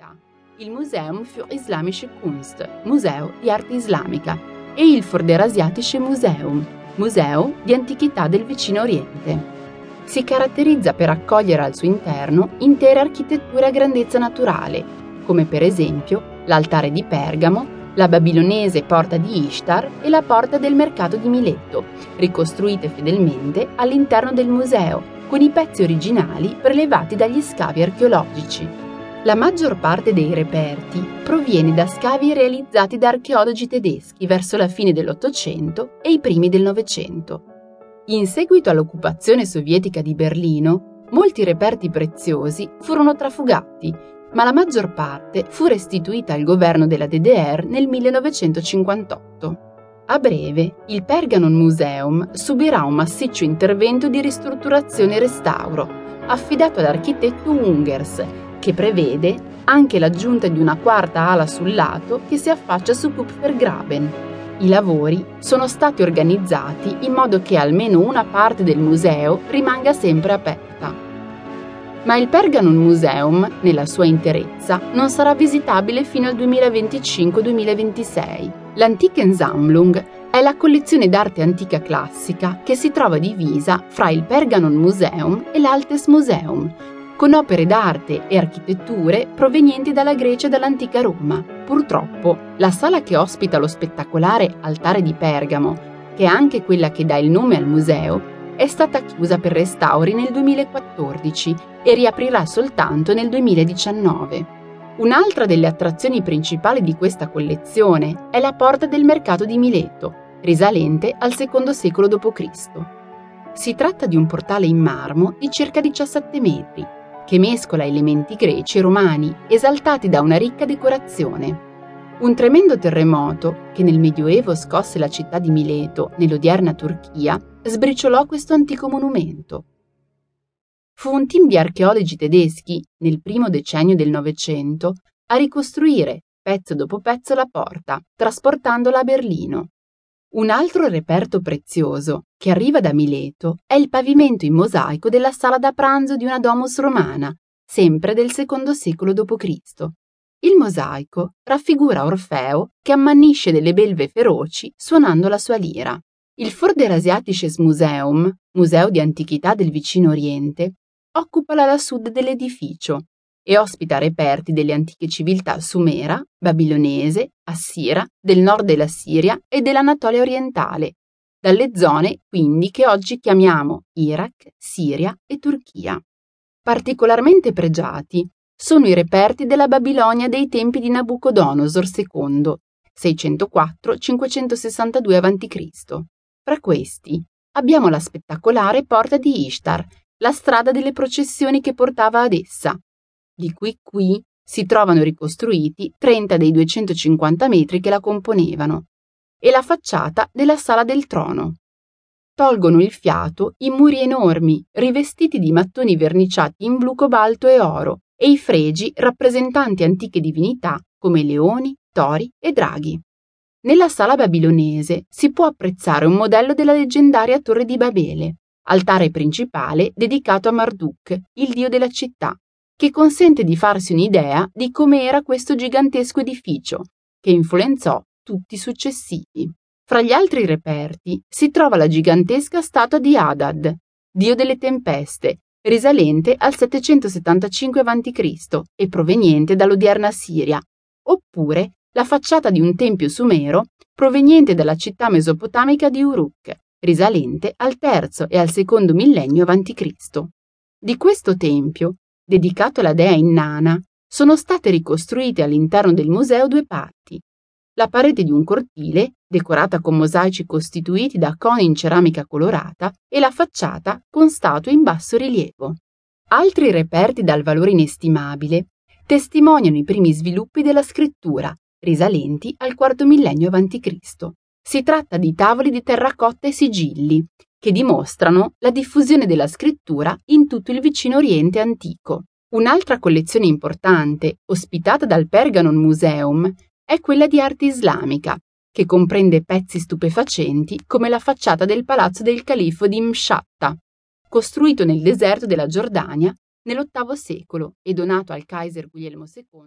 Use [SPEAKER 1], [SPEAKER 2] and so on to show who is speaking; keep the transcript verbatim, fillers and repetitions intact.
[SPEAKER 1] antichità, il Museum für Islamische Kunst, Museo di Arte Islamica, e il Vorderasiatische Museum, Museo di Antichità del Vicino Oriente. Si caratterizza per accogliere al suo interno intere architetture a grandezza naturale, come per esempio l'altare di Pergamo, la babilonese porta di Ishtar e la porta del mercato di Mileto, ricostruite fedelmente all'interno del museo, con i pezzi originali prelevati dagli scavi archeologici. La maggior parte dei reperti proviene da scavi realizzati da archeologi tedeschi verso la fine dell'Ottocento e i primi del Novecento. In seguito all'occupazione sovietica di Berlino, molti reperti preziosi furono trafugati, ma la maggior parte fu restituita al governo della D D R nel millenovecentocinquantotto. A breve, il Pergamon Museum subirà un massiccio intervento di ristrutturazione e restauro, affidato all'architetto Ungers, che prevede anche l'aggiunta di una quarta ala sul lato che si affaccia su Kupfergraben. I lavori sono stati organizzati in modo che almeno una parte del museo rimanga sempre aperta. Ma il Pergamon Museum, nella sua interezza, non sarà visitabile fino al duemilaventicinque duemilaventisei. L'Antikensammlung è la collezione d'arte antica classica che si trova divisa fra il Pergamon Museum e l'Altes Museum, con opere d'arte e architetture provenienti dalla Grecia e dall'antica Roma. Purtroppo, la sala che ospita lo spettacolare Altare di Pergamo, che è anche quella che dà il nome al museo, è stata chiusa per restauri nel duemilaquattordici e riaprirà soltanto nel duemiladiciannove. Un'altra delle attrazioni principali di questa collezione è la porta del mercato di Mileto, risalente al secondo secolo dopo Cristo. Si tratta di un portale in marmo di circa diciassette metri, che mescola elementi greci e romani, esaltati da una ricca decorazione. Un tremendo terremoto, che nel Medioevo scosse la città di Mileto, nell'odierna Turchia, sbriciolò questo antico monumento. Fu un team di archeologi tedeschi, nel primo decennio del Novecento, a ricostruire, pezzo dopo pezzo, la porta, trasportandola a Berlino. Un altro reperto prezioso, che arriva da Mileto, è il pavimento in mosaico della sala da pranzo di una domus romana, sempre del secondo secolo dopo Cristo. Il mosaico raffigura Orfeo che ammannisce delle belve feroci suonando la sua lira. Il Vorderasiatisches Museum, Museo di Antichità del Vicino Oriente, occupa l'ala sud dell'edificio e ospita reperti delle antiche civiltà sumera, babilonese, assira, del nord della Siria e dell'Anatolia orientale, dalle zone quindi che oggi chiamiamo Iraq, Siria e Turchia. Particolarmente pregiati sono i reperti della Babilonia dei tempi di Nabucodonosor secondo, seicentoquattro cinquecentosessantadue avanti Cristo. Fra questi abbiamo la spettacolare porta di Ishtar, la strada delle processioni che portava ad essa, di cui qui si trovano ricostruiti trenta dei duecentocinquanta metri che la componevano, e la facciata della Sala del Trono. Tolgono il fiato i muri enormi, rivestiti di mattoni verniciati in blu, cobalto e oro, e i fregi rappresentanti antiche divinità come leoni, tori e draghi. Nella sala babilonese si può apprezzare un modello della leggendaria Torre di Babele, altare principale dedicato a Marduk, il dio della città, che consente di farsi un'idea di come era questo gigantesco edificio, che influenzò tutti i successivi. Fra gli altri reperti si trova la gigantesca statua di Hadad, dio delle tempeste, risalente al settecentosettantacinque avanti Cristo e proveniente dall'odierna Siria, oppure la facciata di un tempio sumero proveniente dalla città mesopotamica di Uruk, risalente al terzo e al secondo millennio avanti Cristo. Di questo tempio, dedicato alla dea Inanna, sono state ricostruite all'interno del museo due parti: la parete di un cortile, decorata con mosaici costituiti da coni in ceramica colorata, e la facciata con statue in basso rilievo. Altri reperti dal valore inestimabile testimoniano i primi sviluppi della scrittura, risalenti al quarto millennio avanti Cristo. Si tratta di tavoli di terracotta e sigilli, che dimostrano la diffusione della scrittura in tutto il vicino Oriente antico. Un'altra collezione importante, ospitata dal Pergamon Museum, è quella di arte islamica, che comprende pezzi stupefacenti come la facciata del palazzo del califfo di Mshatta, costruito nel deserto della Giordania nell'ottavo secolo e donato al Kaiser Guglielmo secondo